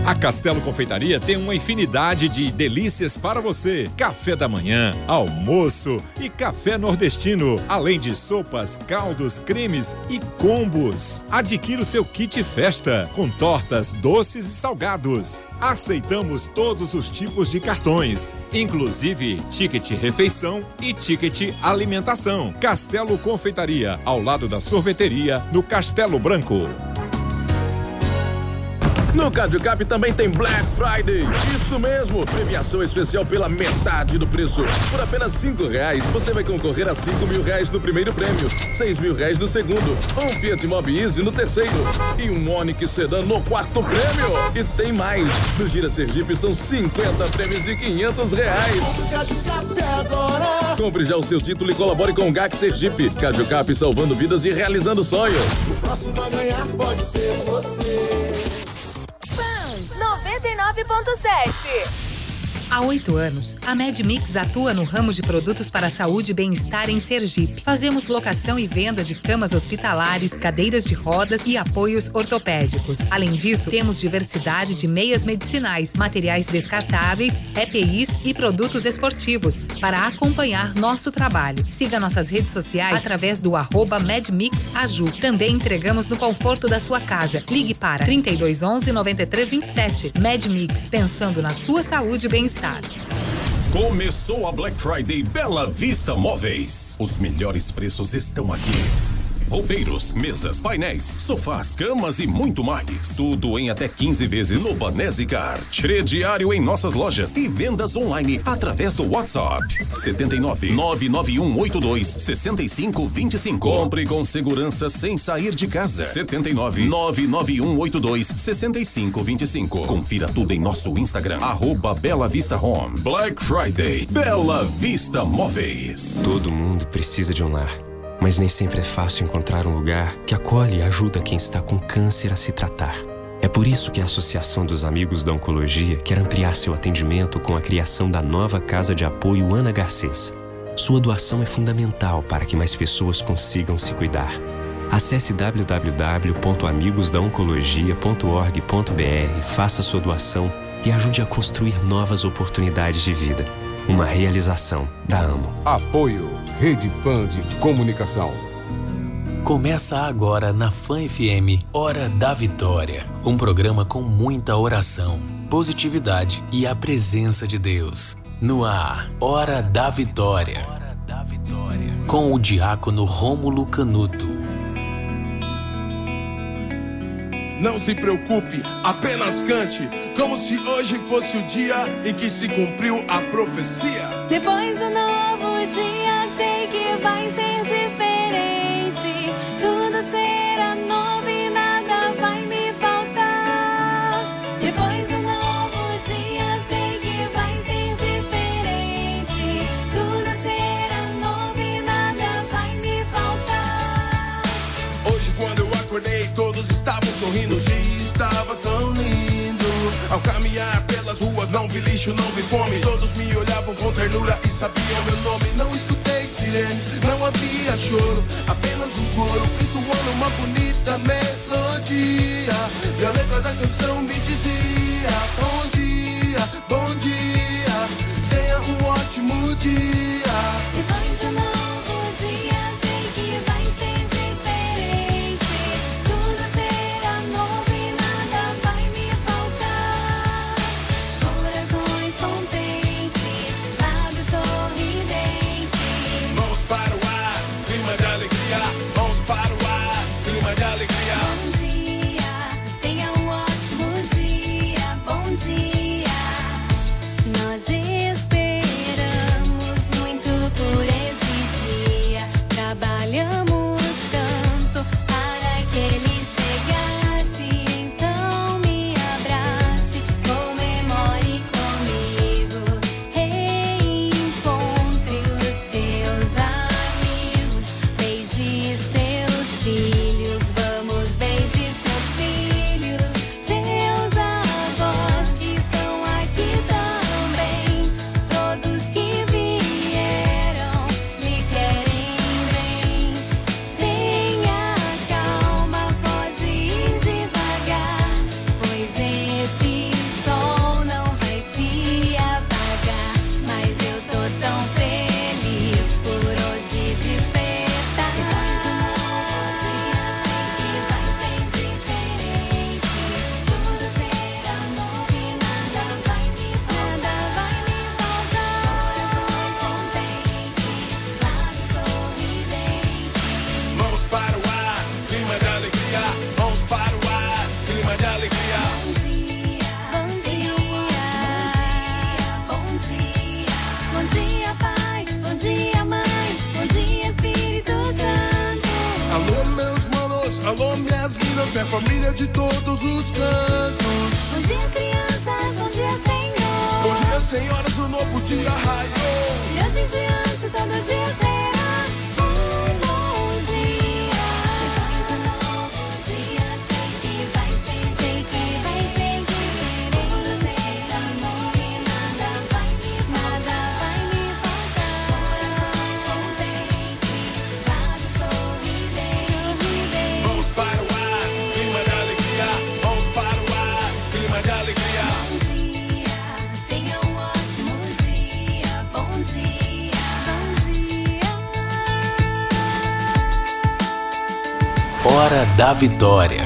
A Castelo Confeitaria tem uma infinidade de delícias para você. Café da manhã, almoço e café nordestino, além de sopas, caldos, cremes e combos. Adquira o seu kit festa, com tortas, doces e salgados. Aceitamos todos os tipos de cartões, inclusive ticket refeição e ticket alimentação. Castelo Confeitaria, ao lado da sorveteria, no Castelo Branco. No Cadiocap também tem Black Friday. Isso mesmo, premiação especial pela metade do preço. Por apenas R$5, você vai concorrer a R$5.000 no primeiro prêmio, R$6.000 no segundo, um Fiat Mobi Easy no terceiro e um Onix Sedan no quarto prêmio. E tem mais, no Gira Sergipe são 50 prêmios de R$500. Compre já o seu título e colabore com o GAC Sergipe. Cadiocap, salvando vidas e realizando sonhos. O próximo a ganhar pode ser você. 99.7. Há 8 anos, a MedMix atua no ramo de produtos para a saúde e bem-estar em Sergipe. Fazemos locação e venda de camas hospitalares, cadeiras de rodas e apoios ortopédicos. Além disso, temos diversidade de meias medicinais, materiais descartáveis, EPIs e produtos esportivos para acompanhar nosso trabalho. Siga nossas redes sociais através do @MedMixAju. Também entregamos no conforto da sua casa. Ligue para 3211-9327. MedMix, pensando na sua saúde e bem-estar. Começou a Black Friday Bela Vista Móveis. Os melhores preços estão aqui. Roupeiros, mesas, painéis, sofás, camas e muito mais. Tudo em até 15 vezes no Banese Card. Crediário em nossas lojas e vendas online através do WhatsApp. 79-99182-6525. Compre com segurança sem sair de casa. 79-99182-6525. Confira tudo em nosso Instagram, @Bela Vista Home. Black Friday, Bela Vista Móveis. Todo mundo precisa de um lar. Mas nem sempre é fácil encontrar um lugar que acolhe e ajuda quem está com câncer a se tratar. É por isso que a Associação dos Amigos da Oncologia quer ampliar seu atendimento com a criação da nova Casa de Apoio Ana Garcês. Sua doação é fundamental para que mais pessoas consigam se cuidar. Acesse www.amigosdaoncologia.org.br, faça sua doação e ajude a construir novas oportunidades de vida. Uma realização da AMO. Apoio Rede Fã de Comunicação. Começa agora na Fã FM Hora da Vitória. Um programa com muita oração, positividade e a presença de Deus. No ar, Hora da Vitória. Com o diácono Rômulo Canuto. Não se preocupe, apenas cante, como se hoje fosse o dia em que se cumpriu a profecia. Depois do novo dia, sei que vai ser diferente. Tudo será novo e nada vai me faltar. Depois do novo dia, sei que vai ser diferente. Tudo será novo e nada vai me faltar. Hoje quando eu acordei, todos estavam sorrindo, o dia estava tão lindo. Ao caminhar pelas ruas não vi lixo, não vi fome. Todos me olhavam com ternura e sabiam meu nome. Não escutei sirenes, não havia choro, apenas um coro entoando uma bonita melodia. E a letra da canção me dizia: bom dia, tenha um ótimo dia. Depois do novo dia, sei que vai ser diferente. Tudo será novo e nada vai me faltar. Corações contentes, lábios sorridentes. Mãos para o ar, clima de alegria. Mãos para o ar, clima de alegria. Bom dia, tenha um ótimo dia. Bom dia. Deus, minha família de todos os cantos. Bom dia, crianças, bom dia, Senhor. Bom dia, senhoras, um novo dia raiou. De hoje em diante, todo dia será um bom dia. Depois do novo dia, sei que vai ser diferente. Tudo será novo e nada vai me faltar. Corações contentes, lábios sorridentes. Vamos para o ar, clima de alegria. Vamos para o ar, clima de alegria. Bom dia, tenha um ótimo dia. Bom dia, bom dia. Hora da Vitória.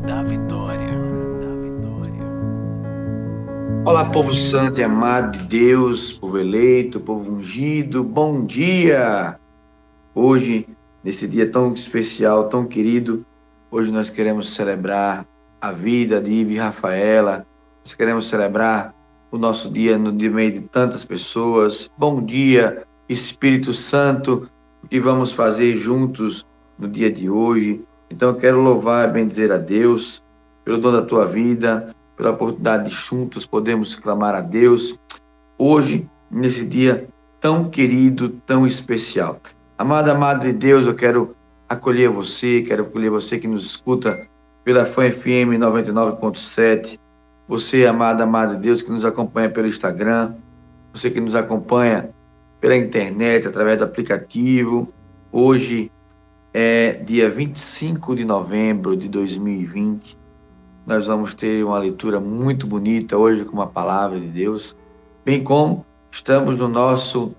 Olá, povo santo e amado de Deus, povo eleito, povo ungido, bom dia! Hoje, nesse dia tão especial, tão querido, hoje nós queremos celebrar a vida de Ive e Rafaela, nós queremos celebrar o nosso dia no meio de tantas pessoas. Bom dia, Espírito Santo, o que vamos fazer juntos no dia de hoje? Então eu quero louvar e bendizer a Deus pelo dom da tua vida, pela oportunidade de juntos podermos clamar a Deus hoje, nesse dia tão querido, tão especial. Amado de Deus, eu quero acolher você que nos escuta pela Fã FM 99.7, você, amado de Deus, que nos acompanha pelo Instagram, você que nos acompanha pela internet, através do aplicativo. Hoje é dia 25 de novembro de 2020. Nós vamos ter uma leitura muito bonita hoje com uma palavra de Deus, bem como estamos no nosso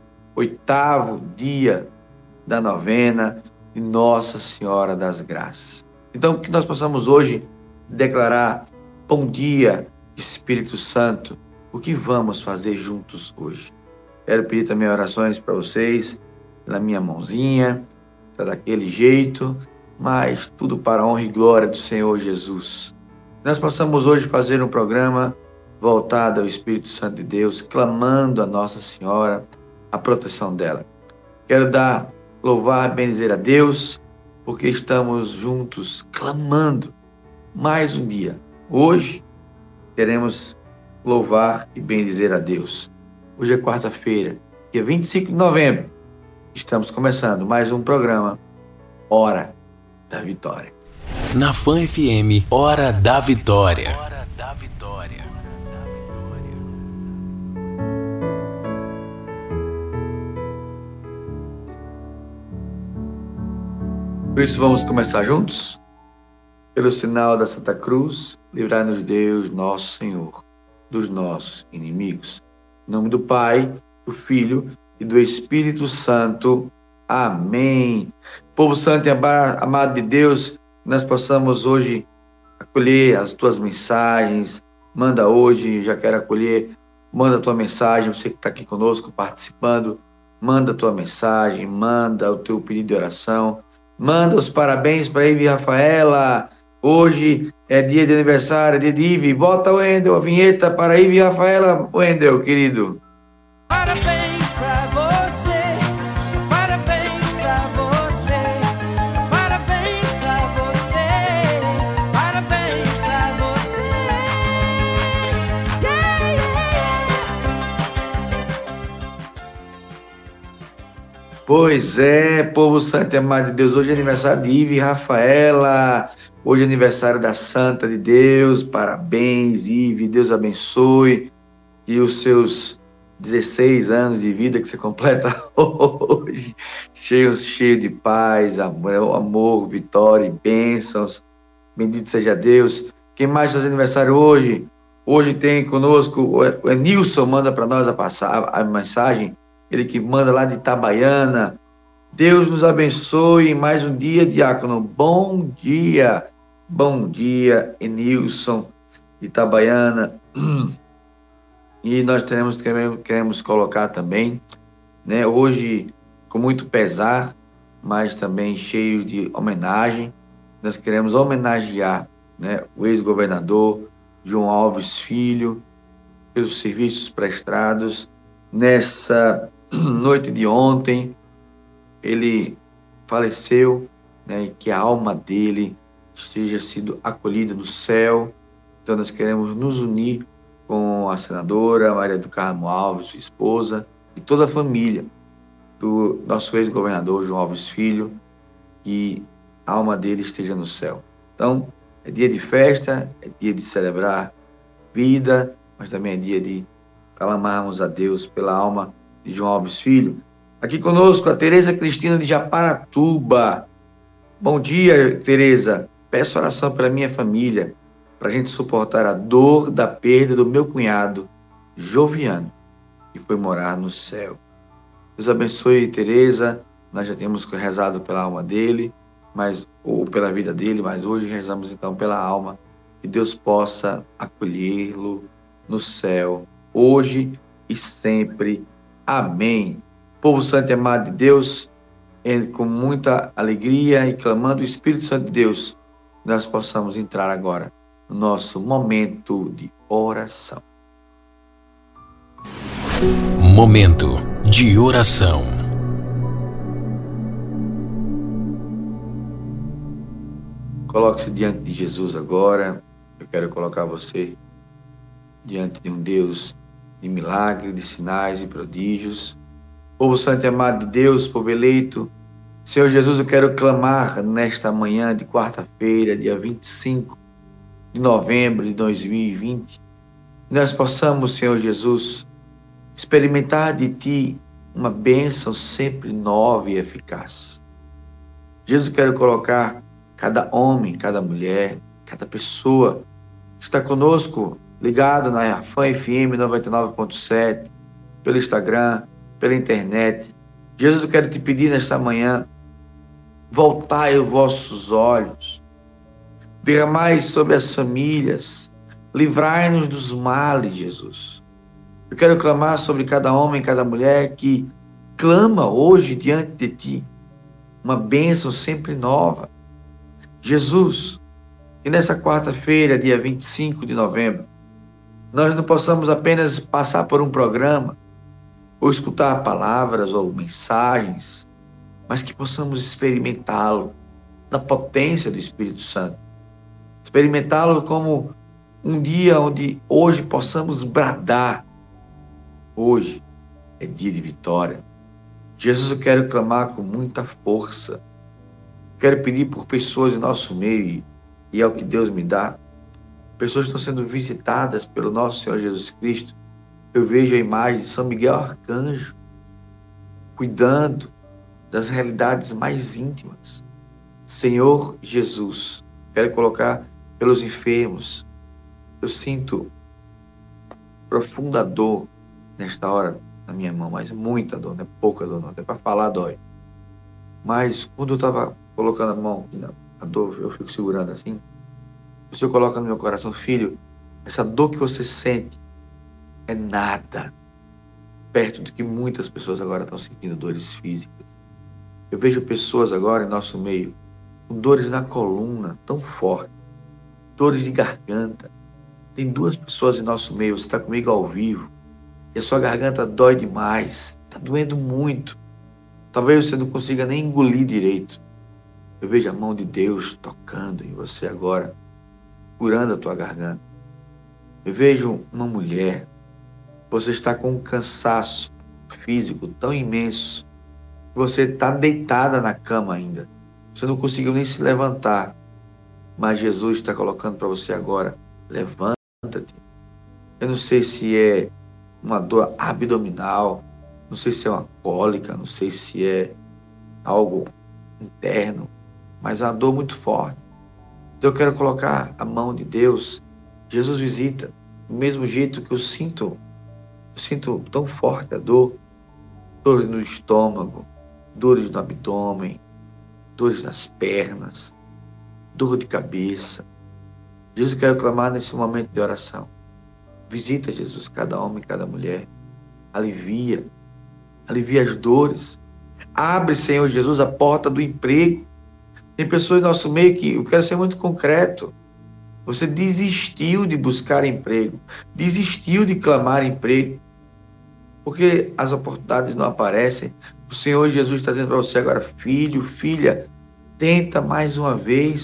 8º dia da novena de Nossa Senhora das Graças. Então, que nós possamos hoje declarar: bom dia, Espírito Santo, o que vamos fazer juntos hoje? Quero pedir também orações para vocês, na minha mãozinha, tá daquele jeito, mas tudo para a honra e glória do Senhor Jesus. Nós possamos hoje fazer um programa voltado ao Espírito Santo de Deus, clamando a Nossa Senhora, a proteção dela. Quero louvar, bendizer a Deus, porque estamos juntos clamando mais um dia. Hoje queremos louvar e bendizer a Deus. Hoje é quarta-feira, dia 25 de novembro. Estamos começando mais um programa, Hora da Vitória. Na Fã FM, Hora da Vitória. Por isso vamos começar juntos? Pelo sinal da Santa Cruz, livrai-nos Deus, nosso Senhor, dos nossos inimigos. Em nome do Pai, do Filho e do Espírito Santo. Amém. Povo santo e amado de Deus, nós possamos hoje acolher as tuas mensagens. Manda hoje, já quero acolher, manda a tua mensagem, você que está aqui conosco participando, manda a tua mensagem, manda o teu pedido de oração, manda os parabéns para Ive e Rafaela. Hoje é dia de aniversário de Ive. Bota, Wendel, a vinheta para Ive e Rafaela. Wendel, querido. Parabéns pra você, parabéns pra você, parabéns pra você, parabéns pra você. Yeah, yeah. Pois é, povo santo e amado de Deus, hoje é aniversário de Ive e Rafaela, hoje é aniversário da Santa de Deus. Parabéns, Ive, Deus abençoe, e os seus 16 anos de vida que você completa hoje, cheio de paz, amor, vitória e bênçãos. Bendito seja Deus. Quem mais faz aniversário hoje? Hoje tem conosco o Enilson, manda para nós a mensagem, ele que manda lá de Itabaiana. Deus nos abençoe em mais um dia, diácono. Bom dia, Enilson, Itabaiana. E nós queremos colocar também, né, hoje com muito pesar, mas também cheio de homenagem, nós queremos homenagear, né, o ex-governador João Alves Filho, pelos serviços prestados. Nessa noite de ontem, ele faleceu, né, e que a alma dele esteja sido acolhida no céu. Então nós queremos nos unir com a senadora Maria do Carmo Alves, sua esposa, e toda a família do nosso ex-governador João Alves Filho, que a alma dele esteja no céu. Então, é dia de festa, é dia de celebrar vida, mas também é dia de clamarmos a Deus pela alma de João Alves Filho. Aqui conosco a Tereza Cristina de Japaratuba. Bom dia, Tereza. Peço oração pela minha família, para a gente suportar a dor da perda do meu cunhado, Joviano, que foi morar no céu. Deus abençoe, Tereza. Nós já temos rezado pela alma dele, ou pela vida dele, mas hoje rezamos então pela alma, que Deus possa acolhê-lo no céu, hoje e sempre. Amém. Povo santo e amado de Deus, com muita alegria e clamando o Espírito Santo de Deus, nós possamos entrar agora no nosso momento de oração. Momento de oração. Coloque-se diante de Jesus agora. Eu quero colocar você diante de um Deus de milagre, de sinais e prodígios. Povo santo e amado de Deus, povo eleito, Senhor Jesus, eu quero clamar nesta manhã de quarta-feira, dia 25 de novembro de 2020, que nós possamos, Senhor Jesus, experimentar de Ti uma bênção sempre nova e eficaz. Jesus, eu quero colocar cada homem, cada mulher, cada pessoa que está conosco, ligado na Fã FM 99.7, pelo Instagram, pela internet. Jesus, eu quero te pedir nesta manhã, voltai os vossos olhos, derramai sobre as famílias, livrai-nos dos males, Jesus. Eu quero clamar sobre cada homem, cada mulher que clama hoje diante de Ti, uma bênção sempre nova. Jesus, que nessa quarta-feira, dia 25 de novembro, nós não possamos apenas passar por um programa, ou escutar palavras ou mensagens, mas que possamos experimentá-lo na potência do Espírito Santo. Experimentá-lo como um dia onde hoje possamos bradar. Hoje é dia de vitória. Jesus, eu quero clamar com muita força. Quero pedir por pessoas em nosso meio, e é o que Deus me dá. Pessoas que estão sendo visitadas pelo nosso Senhor Jesus Cristo. Eu vejo a imagem de São Miguel Arcanjo, cuidando das realidades mais íntimas. Senhor Jesus, quero colocar pelos enfermos. Eu sinto profunda dor nesta hora na minha mão, mas muita dor, não é pouca dor, não. Até para falar dói. Mas quando eu estava colocando a mão, a dor, eu fico segurando assim. O Senhor coloca no meu coração, filho, essa dor que você sente é nada perto do que muitas pessoas agora estão sentindo, dores físicas. Eu vejo pessoas agora em nosso meio com dores na coluna tão forte, dores de garganta. Tem 2 pessoas em nosso meio, você está comigo ao vivo, e a sua garganta dói demais, está doendo muito. Talvez você não consiga nem engolir direito. Eu vejo a mão de Deus tocando em você agora, curando a tua garganta. Eu vejo uma mulher, você está com um cansaço físico tão imenso, que você está deitada na cama ainda. Você não conseguiu nem se levantar, mas Jesus está colocando para você agora, levanta-te. Eu não sei se é uma dor abdominal, não sei se é uma cólica, não sei se é algo interno, mas é uma dor muito forte. Então eu quero colocar a mão de Deus. Jesus visita, do mesmo jeito que eu sinto tão forte a dor, dores no estômago, dores no abdômen, dores nas pernas, dor de cabeça. Jesus, eu quero clamar nesse momento de oração. Visita, Jesus, cada homem, cada mulher. Alivia as dores. Abre, Senhor Jesus, a porta do emprego. Tem pessoas no nosso meio que, eu quero ser muito concreto, você desistiu de buscar emprego, desistiu de clamar emprego, porque as oportunidades não aparecem. O Senhor Jesus está dizendo para você agora, filho, filha, tenta mais uma vez,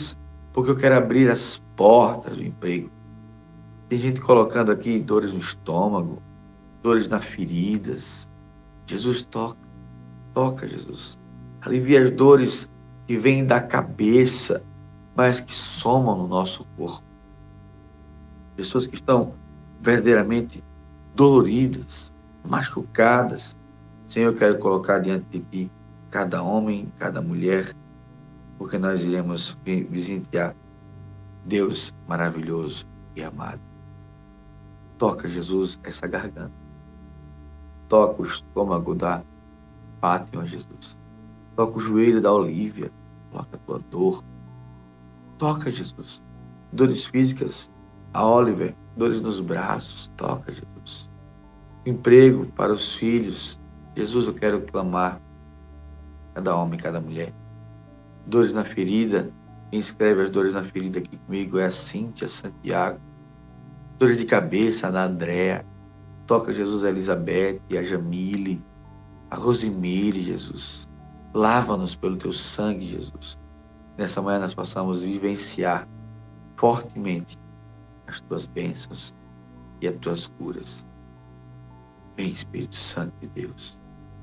porque eu quero abrir as portas do emprego. Tem gente colocando aqui dores no estômago, dores nas feridas. Jesus toca, Jesus. Alivia as dores que vêm da cabeça, mas que somam no nosso corpo. Pessoas que estão verdadeiramente doloridas, machucadas. Senhor, eu quero colocar diante de Ti cada homem, cada mulher, porque nós iremos visitar Deus maravilhoso e amado. Toca, Jesus, essa garganta. Toca o estômago da Fátima, Jesus. Toca o joelho da Olívia. Toca a tua dor. Toca, Jesus. Dores físicas, a Oliver. Dores nos braços. Toca, Jesus. Emprego para os filhos. Jesus, eu quero clamar. Cada homem, cada mulher. Dores na ferida. Quem escreve as dores na ferida aqui comigo é a Cíntia Santiago. Dores de cabeça, a Andréa. Toca, Jesus, a Elizabeth, a Jamile, a Rosemire, Jesus. Lava-nos pelo teu sangue, Jesus. Nessa manhã nós possamos vivenciar fortemente as tuas bênçãos e as tuas curas. Vem, Espírito Santo de Deus.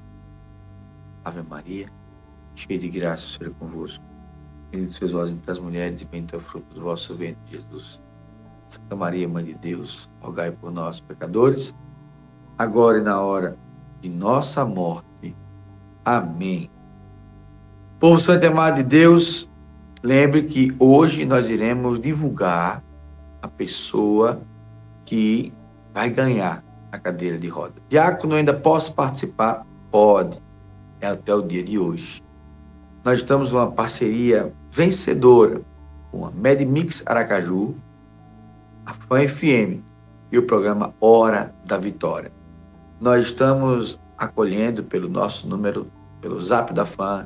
Ave Maria, cheia de graça, o Senhor é convosco. Bendito sois vós entre as mulheres e bendito é o fruto do vosso ventre, Jesus. Santa Maria, Mãe de Deus, rogai por nós, pecadores, agora e na hora de nossa morte. Amém. Povo santo e amado de Deus, lembre que hoje nós iremos divulgar a pessoa que vai ganhar a cadeira de roda. Diácono, ainda posso participar? Pode. É até o dia de hoje. Nós estamos numa parceria vencedora com a Medmix Aracaju, a Fã FM e o programa Hora da Vitória. Nós estamos acolhendo pelo nosso número, pelo Zap da Fã,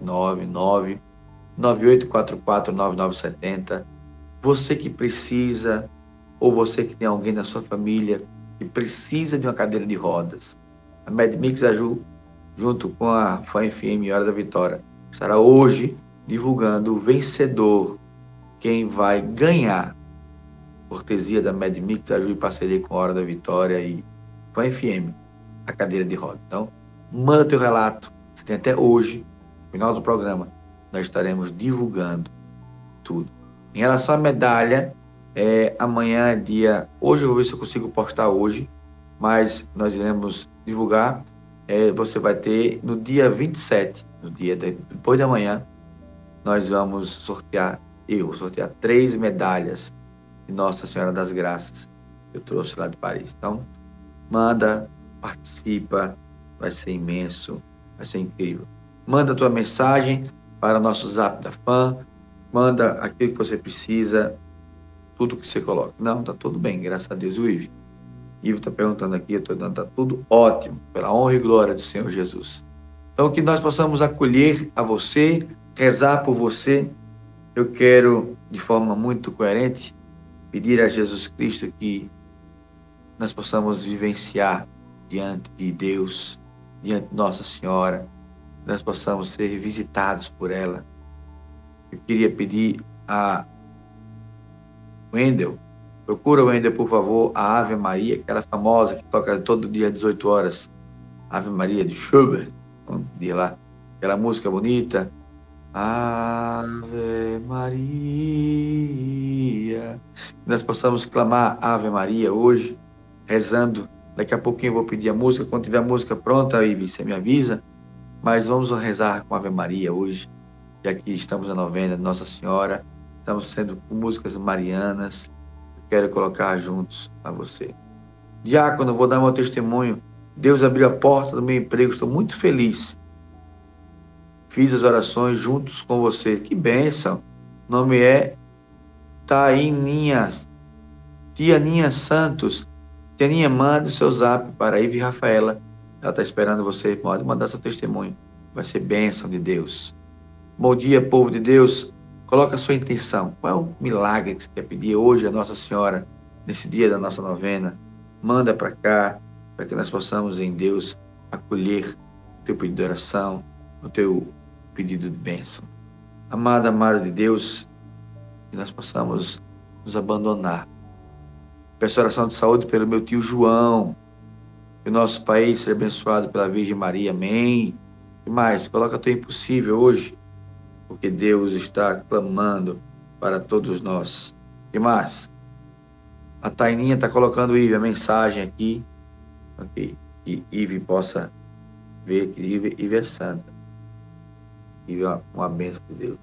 799-9844-9970. Você que precisa, ou você que tem alguém na sua família que precisa de uma cadeira de rodas. A Medmix Aju, junto com a Fã FM e Hora da Vitória, estará hoje divulgando o vencedor, quem vai ganhar, cortesia da Medmix Aju em parceria com a Hora da Vitória e Fã FM, a cadeira de roda. Então, manda teu relato. Você tem até hoje, no final do programa, nós estaremos divulgando tudo. Em relação à medalha, amanhã é dia... Hoje eu vou ver se eu consigo postar hoje, mas nós iremos divulgar. Você vai ter no dia 27, depois de amanhã, nós vamos sortear, eu vou sortear 3 medalhas de Nossa Senhora das Graças, que eu trouxe lá de Paris. Então, manda, participa, vai ser imenso, vai ser incrível. Manda a tua mensagem para o nosso Zap da Fã, manda aquilo que você precisa, tudo que você coloca. Não, tá tudo bem, graças a Deus. O Ivo está perguntando aqui, eu estou dando, tá tudo ótimo, pela honra e glória do Senhor Jesus. Então, que nós possamos acolher a você, rezar por você. Eu quero, de forma muito coerente, pedir a Jesus Cristo que nós possamos vivenciar diante de Deus, diante de Nossa Senhora, que nós possamos ser visitados por ela. Eu queria pedir a Wendel, procura, Wendel, por favor, a Ave Maria, aquela famosa que toca todo dia às 18 horas, Ave Maria de Schubert, vamos pedir lá, aquela música bonita, Ave Maria. Nós possamos clamar Ave Maria hoje, rezando. Daqui a pouquinho eu vou pedir a música. Quando tiver a música pronta, Ivi, você me avisa. Mas vamos rezar com Ave Maria hoje, já que estamos na novena de Nossa Senhora. Estamos sendo com músicas marianas. Quero colocar juntos a você. Diácono, vou dar meu testemunho. Deus abriu a porta do meu emprego. Estou muito feliz. Fiz as orações juntos com você. Que bênção. O nome é Taininha, Tia Ninha Santos. Tia Ninha, manda o seu zap para a Ive Rafaela. Ela está esperando você. Pode mandar seu testemunho. Vai ser bênção de Deus. Bom dia, povo de Deus. Coloca a sua intenção. Qual é o milagre que você quer pedir hoje a Nossa Senhora, nesse dia da nossa novena? Manda para cá, para que nós possamos em Deus acolher o teu pedido de oração, o teu pedido de bênção. Amada de Deus, que nós possamos nos abandonar. Peço oração de saúde pelo meu tio João, que o nosso país seja abençoado pela Virgem Maria, amém. E mais, coloca teu impossível hoje, porque Deus está clamando para todos nós. E mais, a Taininha está colocando, Ive, a mensagem aqui, ok, que Ive possa ver que Ive é santa. Ive é uma bênção de Deus.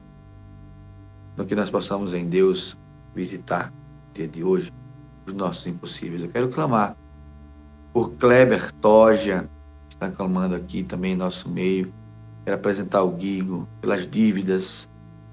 No que nós possamos em Deus visitar no dia de hoje os nossos impossíveis. Eu quero clamar por Kleber Toja, que está clamando aqui também em nosso meio. Quero apresentar o Guigo pelas dívidas.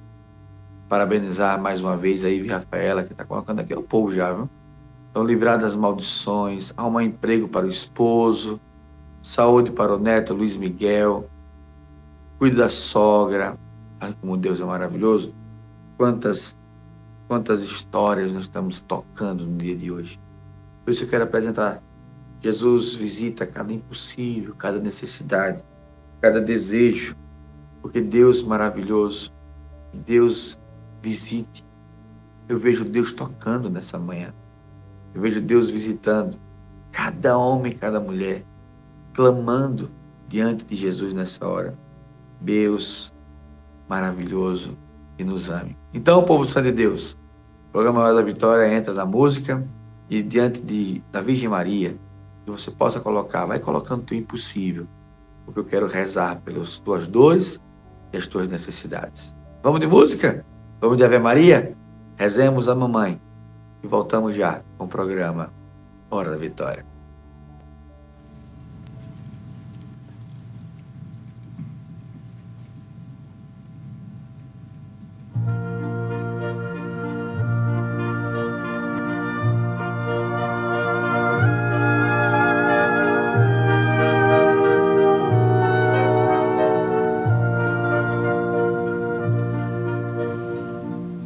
Parabenizar mais uma vez a Ive Rafaela, que está colocando aqui, é o povo já, viu? Então, livrar das maldições, arrumar emprego para o esposo, saúde para o neto Luiz Miguel, cuide da sogra. Olha como Deus é maravilhoso. Quantas histórias nós estamos tocando no dia de hoje. Por isso eu quero apresentar. Jesus visita cada impossível, cada necessidade, cada desejo, porque Deus maravilhoso, Deus visite. Eu vejo Deus tocando nessa manhã. Eu vejo Deus visitando cada homem, cada mulher, clamando diante de Jesus nessa hora. Deus maravilhoso que nos ame. Então, povo santo de Deus, o programa Hora da Vitória entra na música e diante da Virgem Maria, que você possa colocar, vai colocando o teu impossível, porque eu quero rezar pelas tuas dores e as tuas necessidades. Vamos de música? Vamos de Ave Maria? Rezemos a mamãe e voltamos já com o programa Hora da Vitória.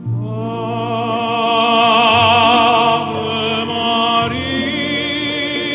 Ave Maria.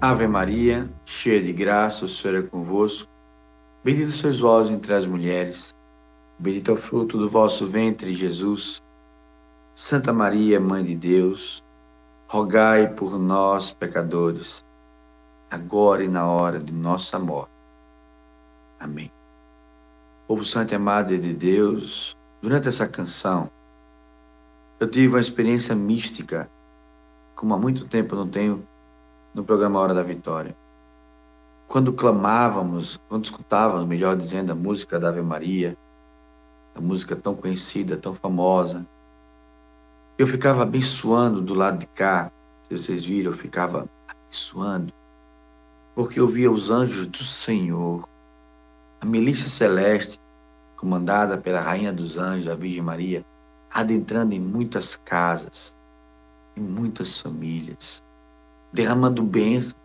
Ave Maria, cheia de graça, o Senhor é convosco. Bendita sois vós entre as mulheres. Bendito é o fruto do vosso ventre, Jesus. Santa Maria, Mãe de Deus, rogai por nós, pecadores, agora e na hora de nossa morte. Amém. Povo santo e amado de Deus, durante essa canção, eu tive uma experiência mística, como há muito tempo eu não tenho no programa Hora da Vitória. Quando clamávamos, quando escutávamos, melhor dizendo, a música da Ave Maria, a música tão conhecida, tão famosa, eu ficava abençoando do lado de cá. Se vocês viram, eu ficava abençoando, porque eu via os anjos do Senhor, a milícia celeste, comandada pela Rainha dos Anjos, a Virgem Maria, adentrando em muitas casas, em muitas famílias, derramando bênçãos.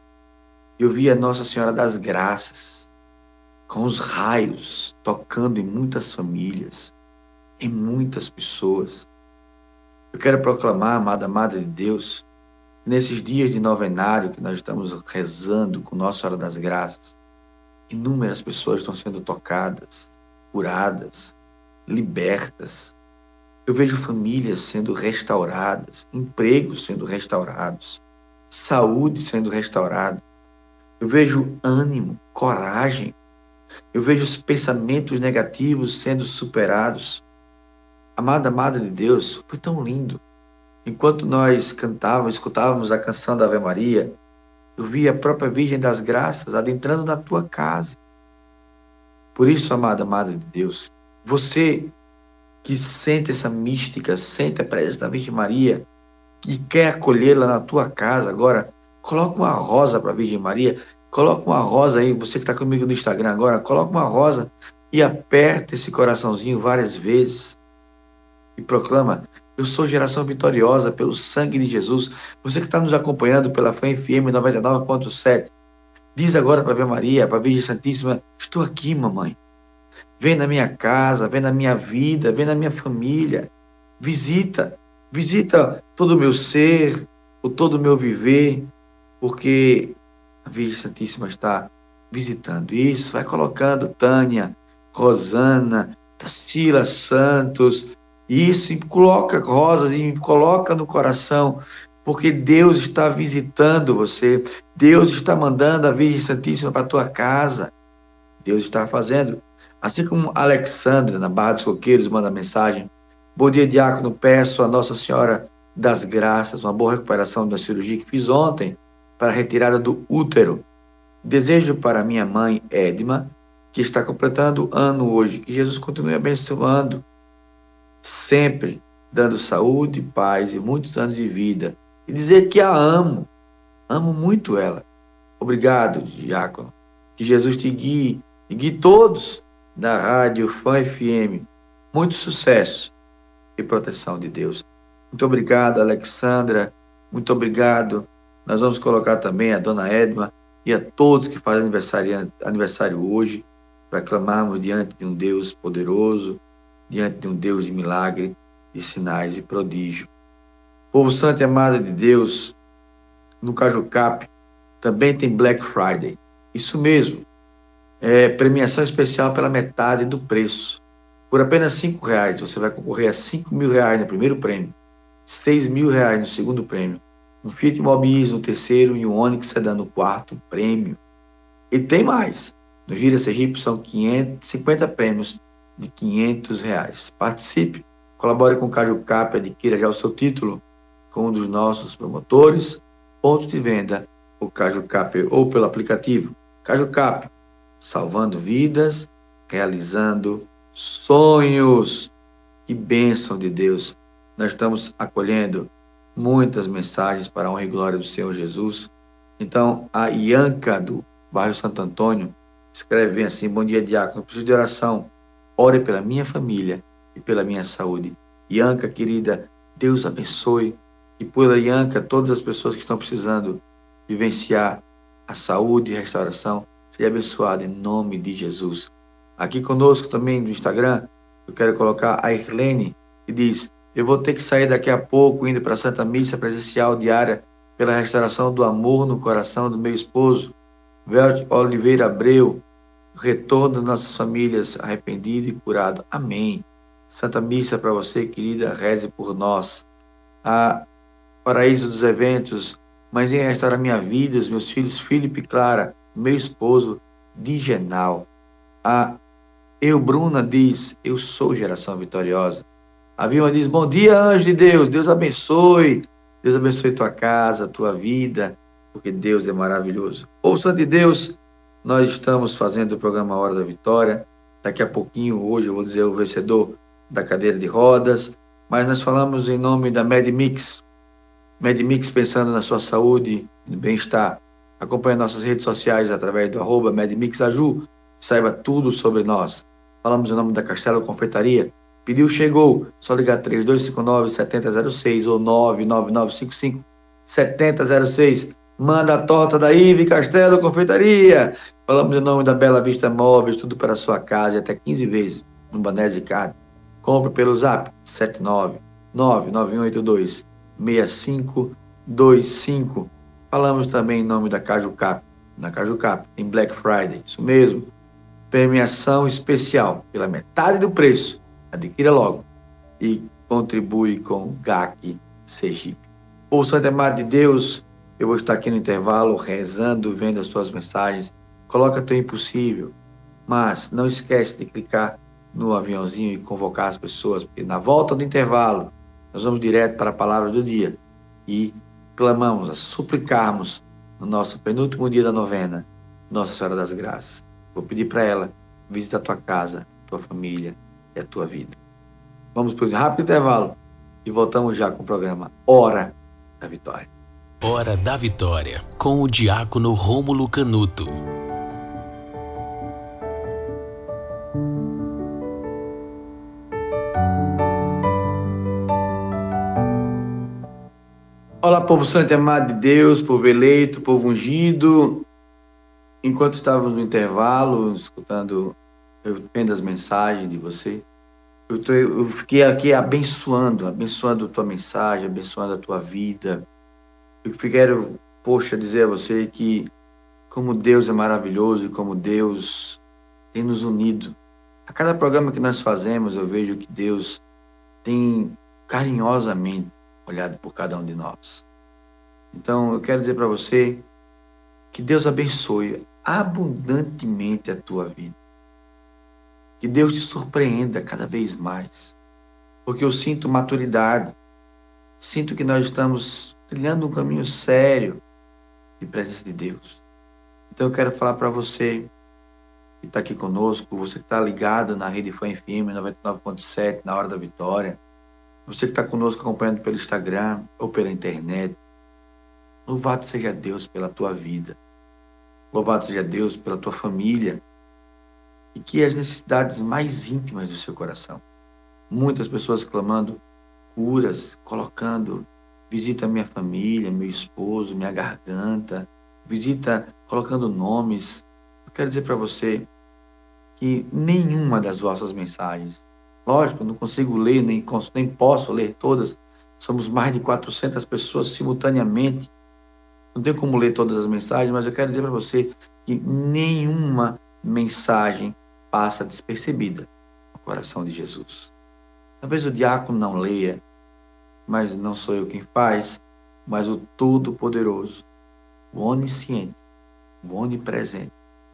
Eu via Nossa Senhora das Graças, com os raios, tocando em muitas famílias, em muitas pessoas. Eu quero proclamar, amada de Deus, nesses dias de novenário que nós estamos rezando com Nossa Senhora das Graças, inúmeras pessoas estão sendo tocadas, curadas, libertas. Eu vejo famílias sendo restauradas, empregos sendo restaurados, saúde sendo restaurada. Eu vejo ânimo, coragem. Eu vejo os pensamentos negativos sendo superados. Amada de Deus, foi tão lindo. Enquanto nós cantávamos, escutávamos a canção da Ave Maria, eu vi a própria Virgem das Graças adentrando na tua casa. Por isso, amada de Deus, você que sente essa mística, sente a presença da Virgem Maria, que quer acolhê-la na tua casa agora, coloca uma rosa para a Virgem Maria, coloca uma rosa aí, você que está comigo no Instagram agora, coloca uma rosa e aperta esse coraçãozinho várias vezes e proclama: eu sou geração vitoriosa pelo sangue de Jesus. Você que está nos acompanhando pela Fã FM 99.7, diz agora para a Ave Maria, para a Virgem Santíssima: estou aqui, mamãe. Vem na minha casa, vem na minha vida, vem na minha família. Visita todo o meu ser, todo o meu viver, porque a Virgem Santíssima está visitando. Isso, vai colocando Tânia, Rosana, Tarsila Santos, isso, e coloca rosas e coloca no coração, porque Deus está visitando você. Deus está mandando a Virgem Santíssima para a tua casa. Deus está fazendo. Assim como a Alexandra, na Barra dos Coqueiros, manda mensagem: bom dia, diácono, peço a Nossa Senhora das Graças uma boa recuperação da cirurgia que fiz ontem para a retirada do útero. Desejo para minha mãe Edma, que está completando ano hoje, que Jesus continue abençoando, sempre dando saúde, paz e muitos anos de vida. E dizer que a amo muito ela. Obrigado, diácono. Que Jesus te guie e guie todos da Rádio Fã FM. Muito sucesso e proteção de Deus. Muito obrigado, Alexandra. Muito obrigado. Nós vamos colocar também a dona Edma e a todos que fazem aniversário hoje, para clamarmos diante de um Deus poderoso, diante de um Deus de milagre, de sinais e prodígio. Povo santo e amado de Deus, no Cajucap também tem Black Friday. Isso mesmo. É premiação especial pela metade do preço. Por apenas R$5, você vai concorrer a R$5.000 no primeiro prêmio, R$6.000 no segundo prêmio, um Fiat Mobi no terceiro e um Onix Sedan no quarto prêmio. E tem mais. No Gira Sergipe são 50 prêmios de R$500. Participe, colabore com o Cajucap, adquira já o seu título com um dos nossos promotores, pontos de venda, o Cajucap ou pelo aplicativo. Cajucap, salvando vidas, realizando sonhos. Que bênção de Deus. Nós estamos acolhendo muitas mensagens para a honra e glória do Senhor Jesus. Então, a Ianca, do bairro Santo Antônio, escreve bem assim: bom dia, diácono, preciso de oração. Ore pela minha família e pela minha saúde. Ianca, querida, Deus abençoe. E por Ianca, todas as pessoas que estão precisando vivenciar a saúde e a restauração, seja abençoado em nome de Jesus. Aqui conosco também no Instagram, eu quero colocar a Irlene, que diz: eu vou ter que sair daqui a pouco, indo para a Santa Missa presencial diária pela restauração do amor no coração do meu esposo, Velt Oliveira Abreu, retorno das nossas famílias arrependido e curado. Amém. Santa Missa para você, querida, reze por nós. A Paraíso dos Eventos, mas em restaurar minha vida, os meus filhos, Felipe e Clara, meu esposo, Digenal. A Bruna diz, eu sou geração vitoriosa. A Vilma diz, bom dia, anjo de Deus, Deus abençoe tua casa, tua vida, porque Deus é maravilhoso. Povo Santo de Deus, nós estamos fazendo o programa Hora da Vitória. Daqui a pouquinho, hoje, eu vou dizer o vencedor da cadeira de rodas, mas nós falamos em nome da MedMix. MedMix pensando na sua saúde e no bem-estar. Acompanhe nossas redes sociais através do @MedMixAju. Saiba tudo sobre nós. Falamos em nome da Castelo Confeitaria. Pediu, chegou. Só ligar 3259-7006 ou 99955-7006. Manda a torta da Ive Castelo Confeitaria. Falamos em nome da Bela Vista Móveis. Tudo para a sua casa, até 15 vezes no Banese Card. Compre pelo Zap 79991826525. Falamos também em nome da Caju Cap. Na Caju Cap tem Black Friday, isso mesmo. Premiação especial pela metade do preço. Adquira logo e contribui com o GAC Sergipe. Ô Santo Amado de Deus, eu vou estar aqui no intervalo rezando, vendo as suas mensagens. Coloca teu impossível, mas não esquece de clicar no aviãozinho e convocar as pessoas, porque na volta do intervalo nós vamos direto para a palavra do dia e clamamos, suplicarmos no nosso penúltimo dia da novena, Nossa Senhora das Graças. Vou pedir para ela visitar a tua casa, tua família e a tua vida. Vamos para um rápido intervalo e voltamos já com o programa Hora da Vitória. Hora da Vitória, com o diácono Rômulo Canuto. Olá, povo santo e amado de Deus, povo eleito, povo ungido. Enquanto estávamos no intervalo, escutando, eu vendo as mensagens de você, eu fiquei aqui abençoando tua mensagem, abençoando a tua vida. Eu quero, dizer a você que como Deus é maravilhoso e como Deus tem nos unido. A cada programa que nós fazemos, eu vejo que Deus tem carinhosamente olhado por cada um de nós. Então, eu quero dizer para você que Deus abençoe abundantemente a tua vida. Que Deus te surpreenda cada vez mais. Porque eu sinto maturidade. Sinto que nós estamos trilhando um caminho sério de presença de Deus. Então, eu quero falar para você que está aqui conosco, você que está ligado na Rede Fã FM 99.7, na Hora da Vitória, você que está conosco acompanhando pelo Instagram ou pela internet, louvado seja Deus pela tua vida. Louvado seja Deus pela tua família. E que as necessidades mais íntimas do seu coração. Muitas pessoas clamando curas, colocando, visita minha família, meu esposo, minha garganta, colocando nomes. Eu quero dizer para você que nenhuma das vossas mensagens, lógico, não consigo ler, nem posso ler todas, somos mais de 400 pessoas simultaneamente, não tem como ler todas as mensagens, mas eu quero dizer para você que nenhuma mensagem passa despercebida no coração de Jesus. Talvez o diácono não leia, mas não sou eu quem faz, mas o Todo-Poderoso, o Onisciente, o Onipresente,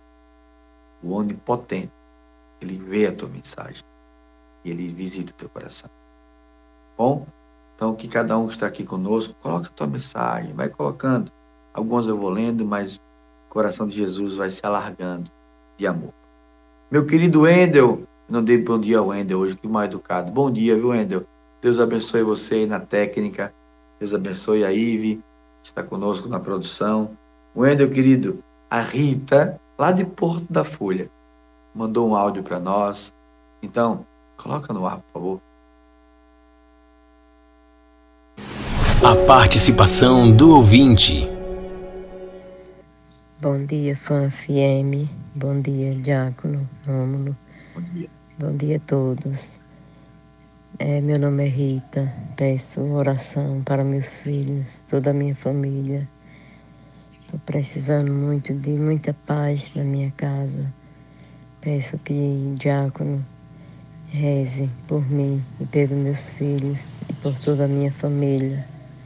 o Onipotente, ele vê a tua mensagem e ele visita o teu coração. Bom? Então, que cada um que está aqui conosco, coloque a tua mensagem, vai colocando. Alguns eu vou lendo, mas o coração de Jesus vai se alargando de amor. Meu querido Wendel, não dei bom dia ao Wendel hoje, que mal educado. Bom dia, viu, Wendel? Deus abençoe você aí na técnica. Deus abençoe a Ive, que está conosco na produção. Wendel, querido, a Rita, lá de Porto da Folha, mandou um áudio para nós. Então, coloca no ar, por favor. A participação do ouvinte. Bom dia, Fã FM. Bom dia, Diácono Rômulo. Bom dia. Bom dia a todos. Meu nome é Rita. Peço oração para meus filhos, toda a minha família. Estou precisando muito de muita paz na minha casa. Peço que o diácono reze por mim e pelos meus filhos e por toda a minha família.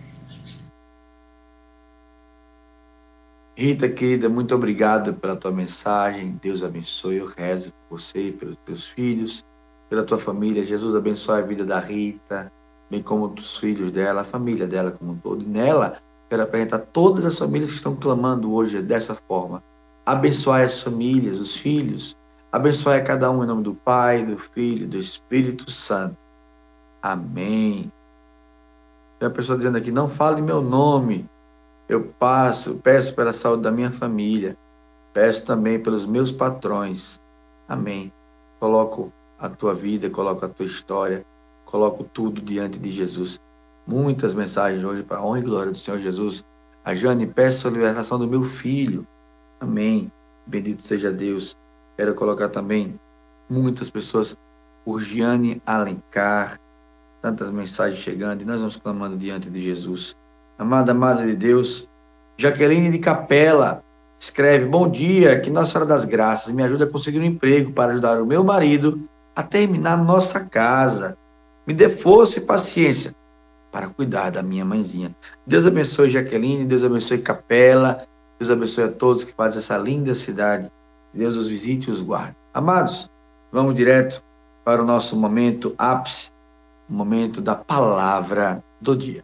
Rita, querida, muito obrigado pela tua mensagem. Deus abençoe. Eu rezo por você e pelos teus filhos, pela tua família. Jesus abençoe a vida da Rita, bem como dos filhos dela, a família dela como um todo. E nela, quero apresentar todas as famílias que estão clamando hoje dessa forma. Abençoe as famílias, os filhos. Abençoe a cada um em nome do Pai, do Filho e do Espírito Santo. Amém. Tem uma pessoa dizendo aqui, não fale meu nome. Eu peço pela saúde da minha família. Peço também pelos meus patrões. Amém. Coloco a tua vida, coloco a tua história, coloco tudo diante de Jesus. Muitas mensagens hoje para a honra e glória do Senhor Jesus. A Jane, peço a libertação do meu filho. Amém. Bendito seja Deus. Quero colocar também muitas pessoas por Giane Alencar. Tantas mensagens chegando e nós vamos clamando diante de Jesus. Amada de Deus, Jaqueline de Capela escreve, bom dia, que Nossa Senhora das Graças me ajude a conseguir um emprego para ajudar o meu marido a terminar nossa casa. Me dê força e paciência para cuidar da minha mãezinha. Deus abençoe Jaqueline, Deus abençoe Capela, Deus abençoe a todos que fazem essa linda cidade. Deus os visite e os guarde. Amados, vamos direto para o nosso momento ápice, o momento da palavra do dia.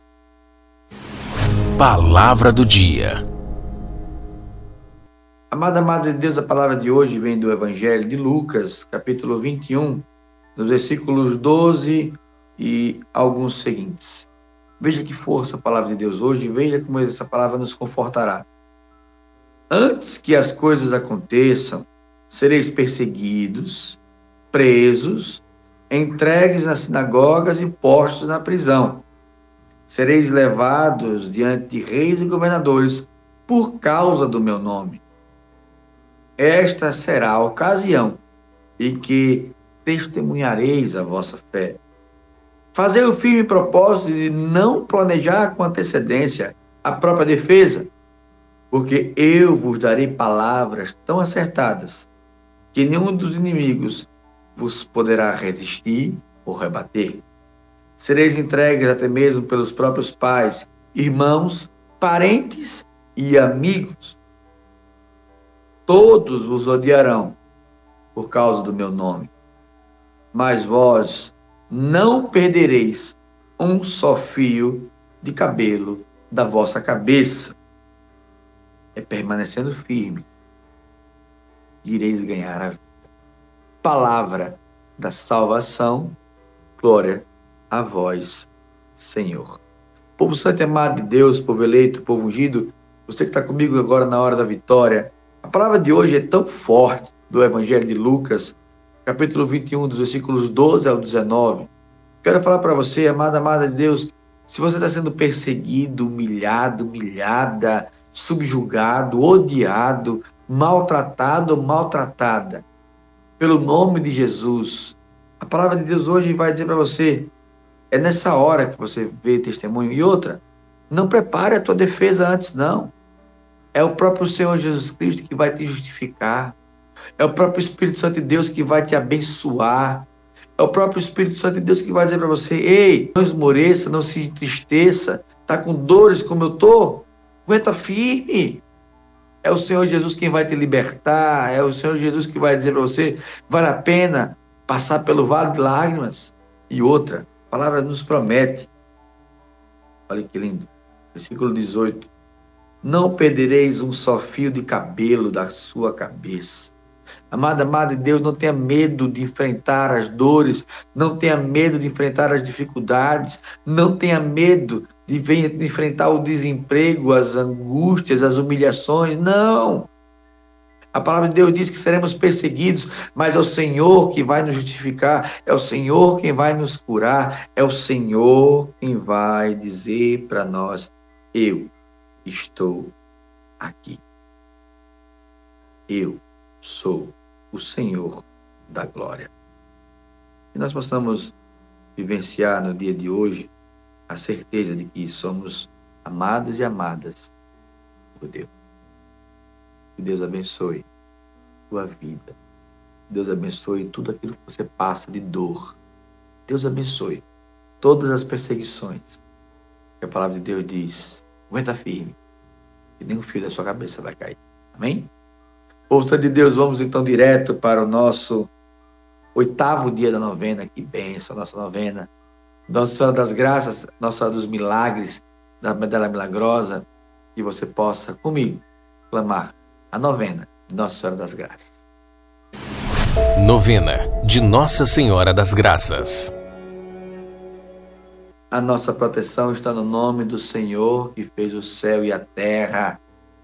Palavra do dia. Amada de Deus, a palavra de hoje vem do Evangelho de Lucas, capítulo 21, nos versículos 12 e alguns seguintes. Veja que força a palavra de Deus hoje, veja como essa palavra nos confortará. Antes que as coisas aconteçam, sereis perseguidos, presos, entregues nas sinagogas e postos na prisão. Sereis levados diante de reis e governadores por causa do meu nome. Esta será a ocasião em que testemunhareis a vossa fé. Fazei o firme propósito de não planejar com antecedência a própria defesa, porque eu vos darei palavras tão acertadas que nenhum dos inimigos vos poderá resistir ou rebater. Sereis entregues até mesmo pelos próprios pais, irmãos, parentes e amigos. Todos vos odiarão por causa do meu nome. Mas vós não perdereis um só fio de cabelo da vossa cabeça. É permanecendo firme que ireis ganhar a vida. Palavra da salvação, glória a vós, Senhor. Povo santo e amado de Deus, povo eleito, povo ungido, você que está comigo agora na hora da vitória, a palavra de hoje é tão forte do Evangelho de Lucas, capítulo 21, dos versículos 12 ao 19. Quero falar para você, amada de Deus, se você está sendo perseguido, humilhado, humilhada, subjugado, odiado, maltratado ou maltratada, pelo nome de Jesus, a palavra de Deus hoje vai dizer para você, é nessa hora que você vê testemunho. E outra, não prepare a tua defesa antes, não. É o próprio Senhor Jesus Cristo que vai te justificar. É o próprio Espírito Santo de Deus que vai te abençoar. É o próprio Espírito Santo de Deus que vai dizer para você, ei, não esmoreça, não se entristeça, está com dores como eu estou, aguenta firme. É o Senhor Jesus quem vai te libertar, é o Senhor Jesus que vai dizer para você, vale a pena passar pelo vale de lágrimas. E outra, a palavra nos promete, olha que lindo, versículo 18, não perdereis um só fio de cabelo da sua cabeça. Amada de Deus, não tenha medo de enfrentar as dores, não tenha medo de enfrentar as dificuldades, não tenha medo de enfrentar o desemprego, as angústias, as humilhações, não. A palavra de Deus diz que seremos perseguidos, mas é o Senhor que vai nos justificar, é o Senhor quem vai nos curar, é o Senhor quem vai dizer para nós, eu estou aqui. Eu sou o Senhor da glória. Que nós possamos vivenciar no dia de hoje a certeza de que somos amados e amadas por Deus. Que Deus abençoe tua vida. Deus abençoe tudo aquilo que você passa de dor. Deus abençoe todas as perseguições. A palavra de Deus diz: aguenta firme, que nem um fio da sua cabeça vai cair. Amém? Força de Deus, vamos então direto para o nosso 8º dia da novena. Que bênção, nossa novena. Nossa Senhora das Graças, Nossa Senhora dos Milagres, da Medalha Milagrosa, que você possa, comigo, clamar a novena de Nossa Senhora das Graças. Novena de Nossa Senhora das Graças. A nossa proteção está no nome do Senhor, que fez o céu e a terra.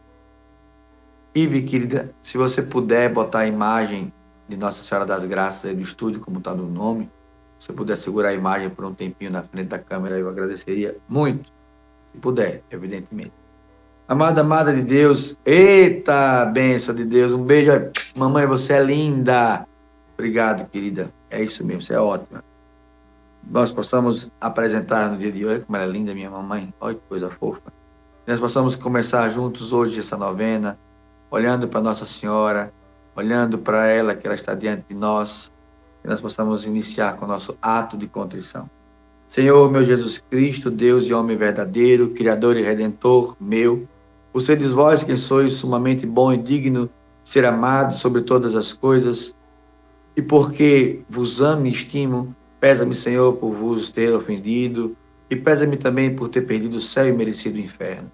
Ive, querida, se você puder botar a imagem de Nossa Senhora das Graças aí do estúdio, como está no nome, se você puder segurar a imagem por um tempinho na frente da câmera, eu agradeceria muito. Se puder, evidentemente. Amada de Deus, eita, bênção de Deus, um beijo. Mamãe, você é linda. Obrigado, querida. É isso mesmo, você é ótima. Nós possamos apresentar no dia de hoje, como ela é linda, minha mamãe. Olha que coisa fofa. Nós possamos começar juntos hoje essa novena, olhando para Nossa Senhora, olhando para ela, que ela está diante de nós, que nós possamos iniciar com o nosso ato de contrição. Senhor, meu Jesus Cristo, Deus e homem verdadeiro, Criador e Redentor meu, por seres vós quem sois sumamente bom e digno de ser amado sobre todas as coisas, e porque vos amo e estimo, pesa-me, Senhor, por vos ter ofendido, e pesa-me também por ter perdido o céu e merecido o inferno.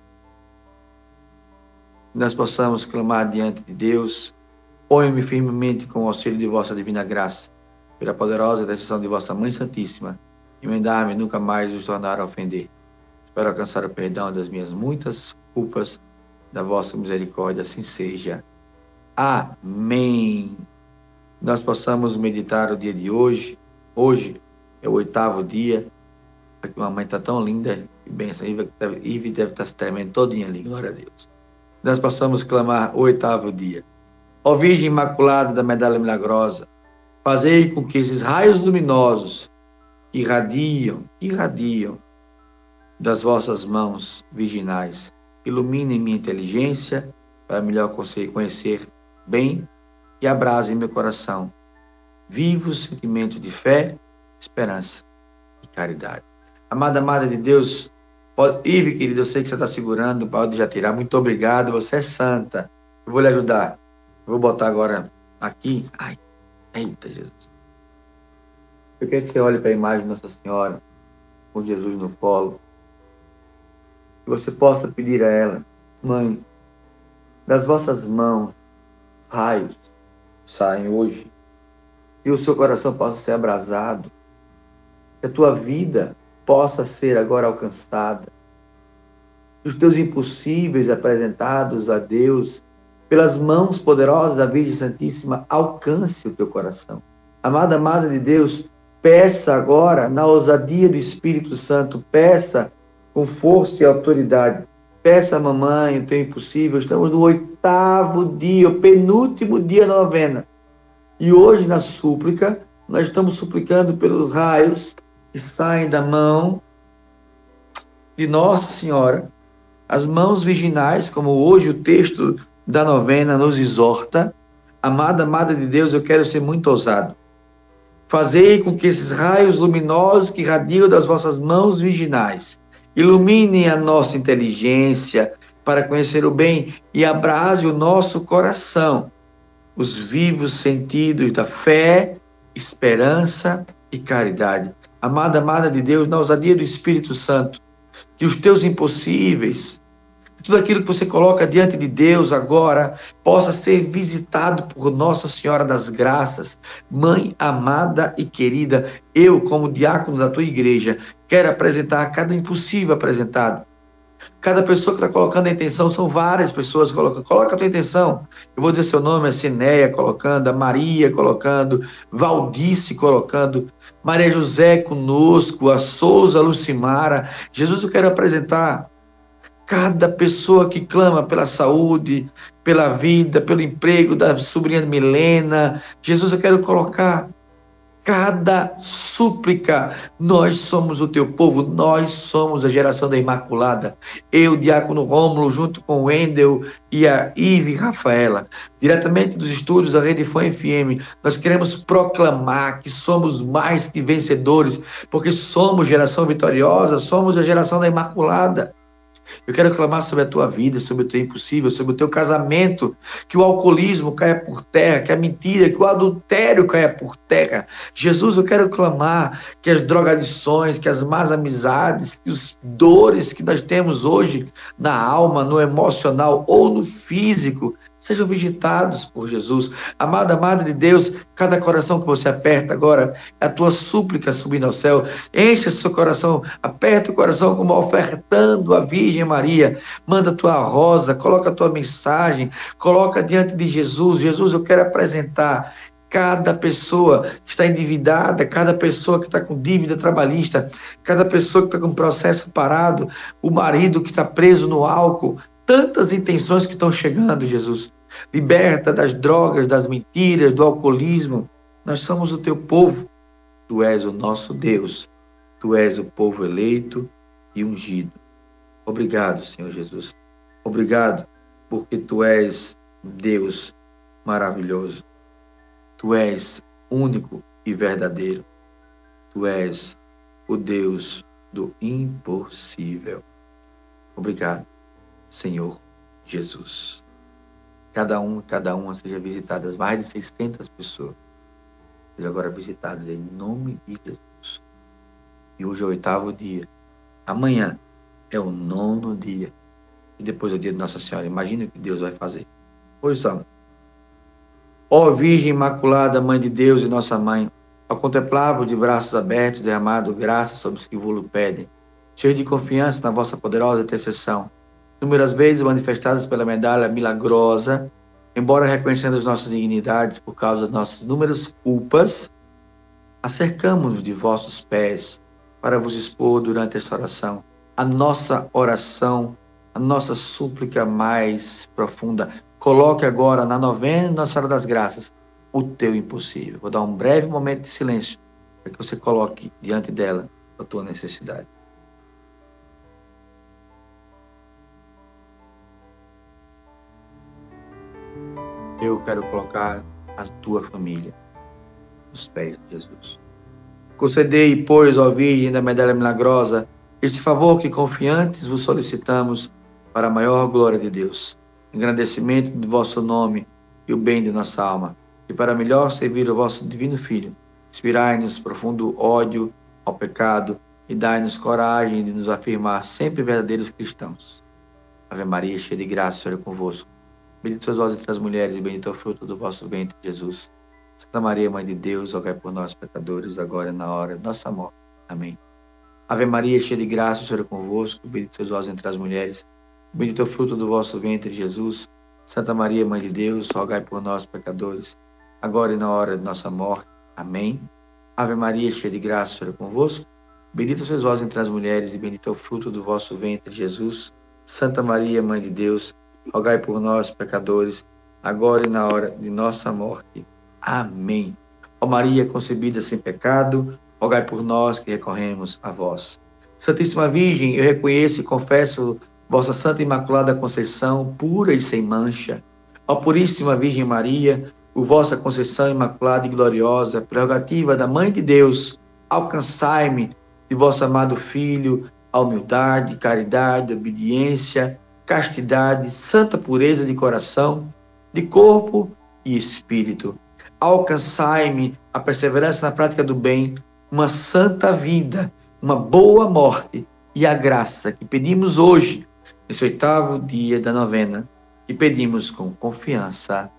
Que nós possamos clamar diante de Deus: ponho-me firmemente com o auxílio de vossa divina graça, pela poderosa intercessão de vossa Mãe Santíssima, emendar-me e nunca mais vos tornar a ofender. Espero alcançar o perdão das minhas muitas culpas, da vossa misericórdia, assim seja. Amém. Nós possamos meditar o dia de hoje. Hoje é o 8º dia. Aqui uma mãe está tão linda. Que bênção. Ive deve estar se tremendo todinha ali. Glória a Deus. Nós possamos clamar o 8º dia. Ó Virgem Imaculada da Medalha Milagrosa, fazei com que esses raios luminosos que irradiam das vossas mãos virginais iluminem minha inteligência para melhor conhecer bem e abrasem meu coração vivos sentimentos de fé, esperança e caridade. Amada de Deus, Ive, querido, eu sei que você está segurando, pode já tirar. Muito obrigado, você é santa. Eu vou lhe ajudar. Eu vou botar agora aqui. Ai, eita Jesus. Eu quero que você olhe para a imagem de Nossa Senhora, com Jesus no colo. Que você possa pedir a ela: Mãe, das vossas mãos, raios saem hoje. E o seu coração possa ser abrasado. Que a tua vida possa ser agora alcançada. Os teus impossíveis apresentados a Deus, pelas mãos poderosas da Virgem Santíssima, alcance o teu coração. Amada de Deus, peça agora, na ousadia do Espírito Santo, peça com força e autoridade. Peça, mamãe, o teu impossível. Estamos no 8º dia, o penúltimo dia da novena. E hoje, na súplica, nós estamos suplicando pelos raios que saem da mão de Nossa Senhora, as mãos virginais, como hoje o texto da novena nos exorta. Amada de Deus, eu quero ser muito ousado. Fazei com que esses raios luminosos que irradiam das vossas mãos virginais iluminem a nossa inteligência para conhecer o bem e abrase o nosso coração, os vivos sentidos da fé, esperança e caridade. Amada de Deus, na ousadia do Espírito Santo, que os teus impossíveis, tudo aquilo que você coloca diante de Deus agora, possa ser visitado por Nossa Senhora das Graças. Mãe amada e querida, eu, como diácono da tua igreja, quero apresentar cada impossível apresentado. Cada pessoa que está colocando a intenção, são várias pessoas colocando. Coloca a tua intenção. Eu vou dizer seu nome, a Cineia colocando, a Maria colocando, Valdice colocando, Maria José conosco, a Souza, a Lucimara. Jesus, eu quero apresentar cada pessoa que clama pela saúde, pela vida, pelo emprego da sobrinha Milena. Jesus, eu quero colocar cada súplica. Nós somos o teu povo, nós somos a geração da Imaculada. Eu, Diácono Rômulo, junto com o Wendel e a Ive Rafaela, diretamente dos estúdios da Rede Fã FM, nós queremos proclamar que somos mais que vencedores, porque somos geração vitoriosa, somos a geração da Imaculada. Eu quero clamar sobre a tua vida, sobre o teu impossível, sobre o teu casamento, que o alcoolismo caia por terra, que a mentira, que o adultério caia por terra. Jesus, eu quero clamar que as drogadições, que as más amizades, que os dores que nós temos hoje na alma, no emocional ou no físico, sejam visitados por Jesus. Amada, amada de Deus, cada coração que você aperta agora, é a tua súplica subindo ao céu. Enche seu coração, aperta o coração como ofertando a Virgem Maria. Manda a tua rosa, coloca a tua mensagem, coloca diante de Jesus. Jesus, eu quero apresentar cada pessoa que está endividada, cada pessoa que está com dívida trabalhista, cada pessoa que está com processo parado, o marido que está preso no álcool, tantas intenções que estão chegando, Jesus. Liberta das drogas, das mentiras, do alcoolismo. Nós somos o teu povo. Tu és o nosso Deus. Tu és o povo eleito e ungido. Obrigado, Senhor Jesus. Obrigado, porque tu és Deus maravilhoso. Tu és único e verdadeiro. Tu és o Deus do impossível. Obrigado, Senhor Jesus. Cada uma seja visitadas, mais de 600 pessoas sejam agora visitadas em nome de Jesus. E hoje é o 8º dia. Amanhã é o 9º dia. E depois é o dia de Nossa Senhora. Imagina o que Deus vai fazer. Pois são. Ó Virgem Imaculada, Mãe de Deus e Nossa Mãe, ao contemplar-vos de braços abertos, derramado graça sobre os que vos pedem, cheio de confiança na vossa poderosa intercessão, inúmeras vezes manifestadas pela medalha milagrosa, embora reconhecendo as nossas dignidades por causa das nossas inúmeras culpas, acercamo-nos de vossos pés para vos expor durante esta oração a nossa oração, a nossa súplica mais profunda. Coloque agora na novena Nossa Senhora das Graças o teu impossível. Vou dar um breve momento de silêncio para que você coloque diante dela a tua necessidade. Eu quero colocar a tua família nos pés de Jesus. Concedei, pois, ó Virgem da Medalha Milagrosa, este favor que confiantes vos solicitamos para a maior glória de Deus, engrandecimento do vosso nome e o bem de nossa alma, e para melhor servir o vosso divino Filho, inspirai-nos profundo ódio ao pecado e dai-nos coragem de nos afirmar sempre verdadeiros cristãos. Ave Maria, cheia de graça, o Senhor é convosco. Bendita sois vós entre as mulheres, e bendito é o fruto do vosso ventre, Jesus. Santa Maria, Mãe de Deus, rogai por nós, pecadores, agora e na hora de nossa morte. Amém. Ave Maria, cheia de graça, o Senhor é convosco. Bendita sois vós entre as mulheres, bendito é o fruto do vosso ventre, Jesus. Santa Maria, Mãe de Deus, rogai por nós, pecadores, agora e na hora de nossa morte. Amém. Ave Maria, cheia de graça, o Senhor é convosco. Bendita sois vós entre as mulheres, e bendito é o fruto do vosso ventre, Jesus. Santa Maria, Mãe de Deus, rogai por nós, pecadores, agora e na hora de nossa morte. Amém. Ó Maria, concebida sem pecado, rogai por nós que recorremos a vós. Santíssima Virgem, eu reconheço e confesso vossa Santa Imaculada Conceição, pura e sem mancha. Ó Puríssima Virgem Maria, por vossa conceição imaculada e gloriosa, prerrogativa da Mãe de Deus, alcançai-me de vosso amado Filho a humildade, caridade, obediência, castidade, santa pureza de coração, de corpo e espírito. Alcançai-me a perseverança na prática do bem, uma santa vida, uma boa morte e a graça que pedimos hoje, nesse 8º dia da novena, que pedimos com confiança.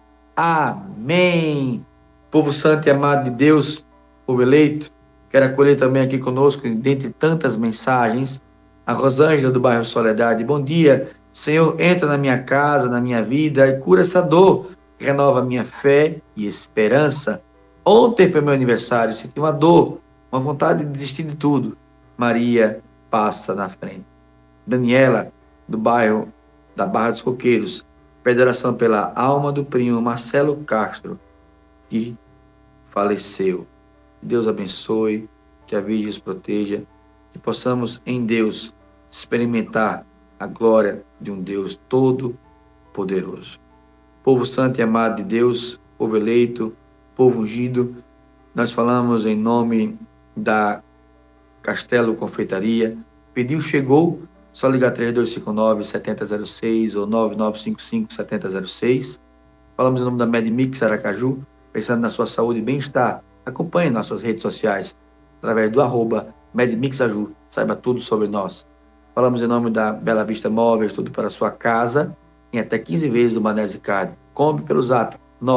Amém. Povo santo e amado de Deus, povo eleito, quero acolher também aqui conosco, dentre tantas mensagens, a Rosângela do bairro Soledade. Bom dia, Senhor, entra na minha casa, na minha vida e cura essa dor, renova minha fé e esperança. Ontem foi meu aniversário, senti uma dor, uma vontade de desistir de tudo. Maria passa na frente. Daniela, do bairro da Barra dos Coqueiros, pede oração pela alma do primo Marcelo Castro, que faleceu. Que Deus abençoe, que a Virgem os proteja, que possamos em Deus experimentar a glória de um Deus todo-poderoso. Povo santo e amado de Deus, povo eleito, povo ungido, nós falamos em nome da Castelo Confeitaria. Pediu, chegou, só ligar 3259-7006 ou 9955-7006. Falamos em nome da MedMix Aracaju, pensando na sua saúde e bem-estar. Acompanhe nossas redes sociais, através do @MedMixAju, saiba tudo sobre nós. Falamos em nome da Bela Vista Móveis, tudo para a sua casa, em até 15 vezes do Manese Card. Compre pelo zap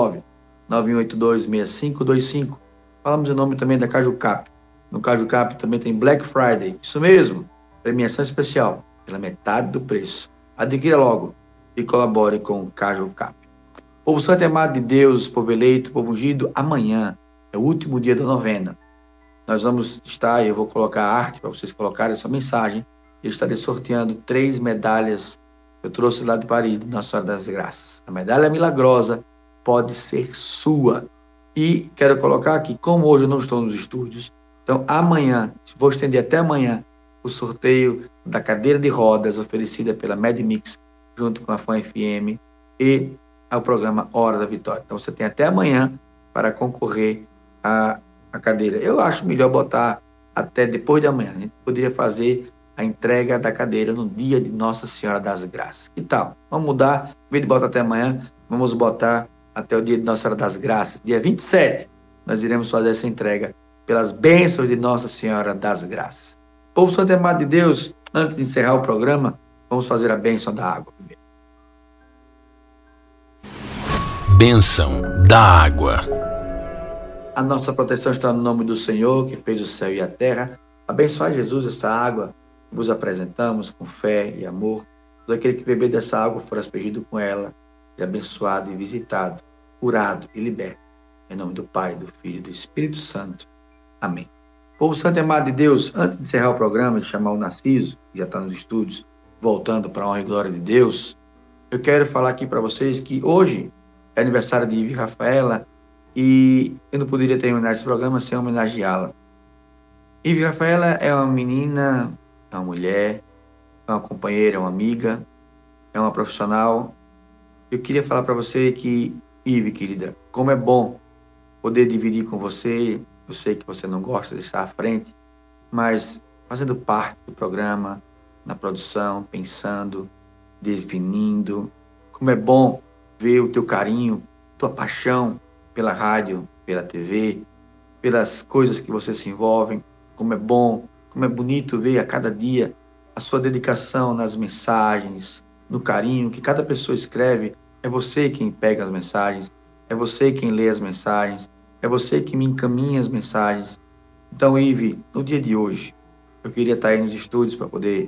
991826525. Falamos em nome também da Cajucap. No Cajucap também tem Black Friday, isso mesmo, premiação especial, pela metade do preço. Adquira logo e colabore com o Cajucap. Povo santo e amado de Deus, povo eleito, povo ungido, amanhã é o último dia da novena. Nós vamos estar, eu vou colocar a arte para vocês colocarem a sua mensagem. Eu estarei sorteando 3 medalhas que eu trouxe lá de Paris, de Nossa Senhora das Graças. A medalha milagrosa pode ser sua. E quero colocar aqui, como hoje eu não estou nos estúdios, então amanhã, vou estender até amanhã, o sorteio da cadeira de rodas oferecida pela MedMix, junto com a Fã FM e ao programa Hora da Vitória. Então você tem até amanhã para concorrer à cadeira. Eu acho melhor botar até depois de amanhã. A gente poderia fazer a entrega da cadeira no dia de Nossa Senhora das Graças. Que tal? Vamos mudar, em vez de botar até amanhã, vamos botar até o dia de Nossa Senhora das Graças. Dia 27, nós iremos fazer essa entrega pelas bênçãos de Nossa Senhora das Graças. Povo santo e amado de Deus, antes de encerrar o programa, vamos fazer a bênção da água primeiro. Bênção da água. A nossa proteção está no nome do Senhor, que fez o céu e a terra. Abençoai, Jesus, essa água que vos apresentamos com fé e amor. Todo aquele que beber dessa água for aspergido com ela, e abençoado e visitado, curado e liberto. Em nome do Pai, do Filho e do Espírito Santo. Amém. Povo santo e amado de Deus, antes de encerrar o programa, de chamar o Narciso, que já está nos estúdios, voltando para a honra e glória de Deus, eu quero falar aqui para vocês que hoje é aniversário de Ivy Rafaela e eu não poderia terminar esse programa sem homenageá-la. Ivy Rafaela é uma menina, é uma mulher, é uma companheira, é uma amiga, é uma profissional. Eu queria falar para você que, Ivy, querida, como é bom poder dividir com você. Eu sei que você não gosta de estar à frente, mas fazendo parte do programa, na produção, pensando, definindo. Como é bom ver o teu carinho, tua paixão pela rádio, pela TV, pelas coisas que você se envolve. Como é bom, como é bonito ver a cada dia a sua dedicação nas mensagens, no carinho que cada pessoa escreve. É você quem pega as mensagens, é você quem lê as mensagens, é você que me encaminha as mensagens. Então, Ivy, no dia de hoje, eu queria estar aí nos estúdios para poder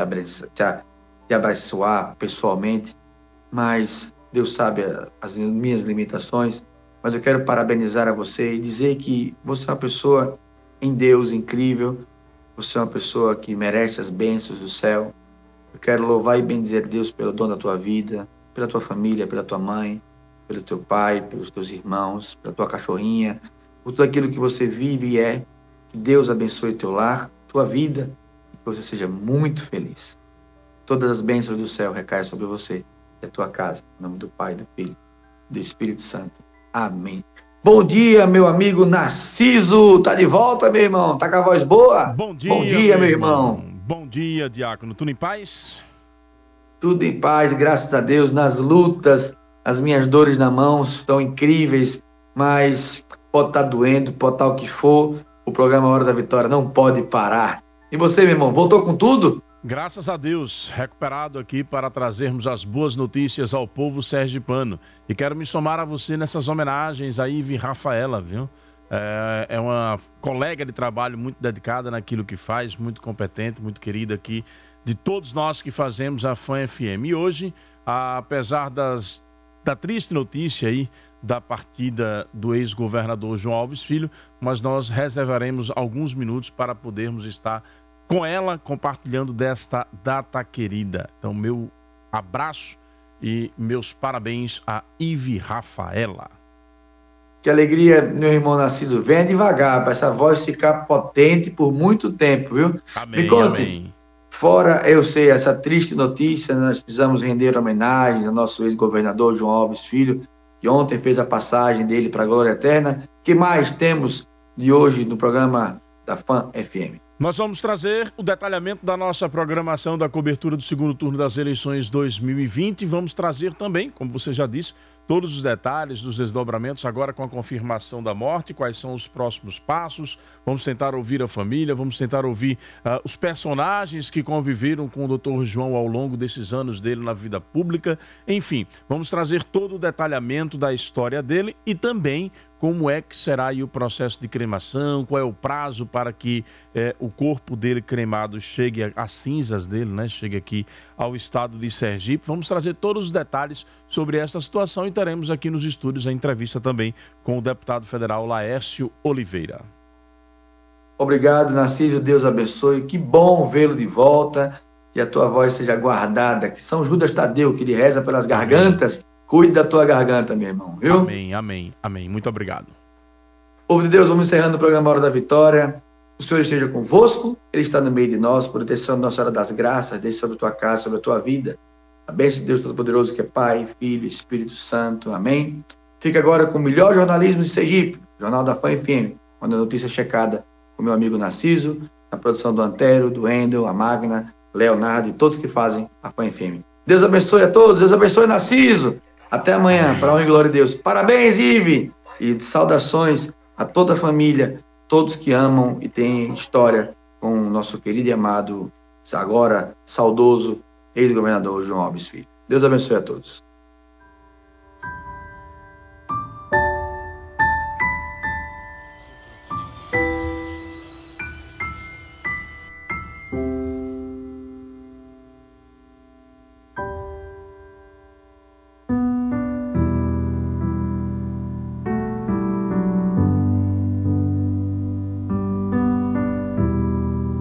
te abençoar pessoalmente, mas Deus sabe as minhas limitações, mas eu quero parabenizar a você e dizer que você é uma pessoa em Deus incrível, você é uma pessoa que merece as bênçãos do céu. Eu quero louvar e bendizer Deus pelo dom da tua vida, pela tua família, pela tua mãe, pelo teu pai, pelos teus irmãos, pela tua cachorrinha, por tudo aquilo que você vive e é. Que Deus abençoe teu lar, tua vida, e que você seja muito feliz. Todas as bênçãos do céu recaem sobre você e a tua casa. Em nome do Pai, do Filho e do Espírito Santo. Amém. Bom dia, meu amigo Narciso. Tá de volta, meu irmão? Tá com a voz boa? Bom dia, meu irmão. Bom dia, diácono. Tudo em paz? Tudo em paz, graças a Deus, nas lutas. As minhas dores na mão estão incríveis, mas pode estar doendo, pode estar o que for. O programa Hora da Vitória não pode parar. E você, meu irmão, voltou com tudo? Graças a Deus, recuperado aqui para trazermos as boas notícias ao povo sergipano. E quero me somar a você nessas homenagens a Ivy Rafaela, viu? É uma colega de trabalho muito dedicada naquilo que faz, muito competente, muito querida aqui, de todos nós que fazemos a Fã FM. E hoje, apesar da triste notícia aí da partida do ex-governador João Alves Filho, mas nós reservaremos alguns minutos para podermos estar com ela compartilhando desta data querida. Então, meu abraço e meus parabéns a Ivy Rafaela. Que alegria, meu irmão Narciso. Venha devagar, para essa voz ficar potente por muito tempo, viu? Amém, Me conte, amém. fora, eu sei, essa triste notícia, nós precisamos render homenagens ao nosso ex-governador João Alves Filho, que ontem fez a passagem dele para a glória eterna. O que mais temos de hoje no programa da Fan FM? Nós vamos trazer o detalhamento da nossa programação da cobertura do segundo turno das eleições 2020. Vamos trazer também, como você já disse, todos os detalhes dos desdobramentos agora com a confirmação da morte, quais são os próximos passos. Vamos tentar ouvir a família, vamos tentar ouvir os personagens que conviveram com o Dr. João ao longo desses anos dele na vida pública. Enfim, vamos trazer todo o detalhamento da história dele e também como é que será aí o processo de cremação, qual é o prazo para que o corpo dele cremado chegue, as cinzas dele, né, chegue aqui ao estado de Sergipe. Vamos trazer todos os detalhes sobre essa situação e teremos aqui nos estúdios a entrevista também com o deputado federal Laércio Oliveira. Obrigado, Narciso, Deus abençoe. Que bom vê-lo de volta, que a tua voz seja guardada, que São Judas Tadeu, que lhe reza pelas gargantas, cuide da tua garganta, meu irmão, viu? Amém, amém, amém. Muito obrigado. Povo de Deus, vamos encerrando o programa Hora da Vitória. O Senhor esteja convosco, Ele está no meio de nós, proteção de Nossa Senhora das Graças, deixe sobre a tua casa, sobre a tua vida. A bênção de Deus Todo-Poderoso, que é Pai, Filho e Espírito Santo. Amém. Fica agora com o melhor jornalismo de Sergipe, Jornal da Fan FM, quando a notícia é checada com meu amigo Narciso, na produção do Antero, do Endel, a Magna, Leonardo e todos que fazem a Fan FM. Deus abençoe a todos, Deus abençoe Narciso. Até amanhã, para a honra e glória de Deus. Parabéns, Ive! E saudações a toda a família, todos que amam e têm história com o nosso querido e amado, agora saudoso, ex-governador João Alves Filho. Deus abençoe a todos.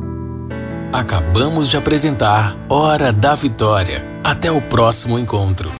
Acabamos de apresentar Hora da Vitória. Até o próximo encontro.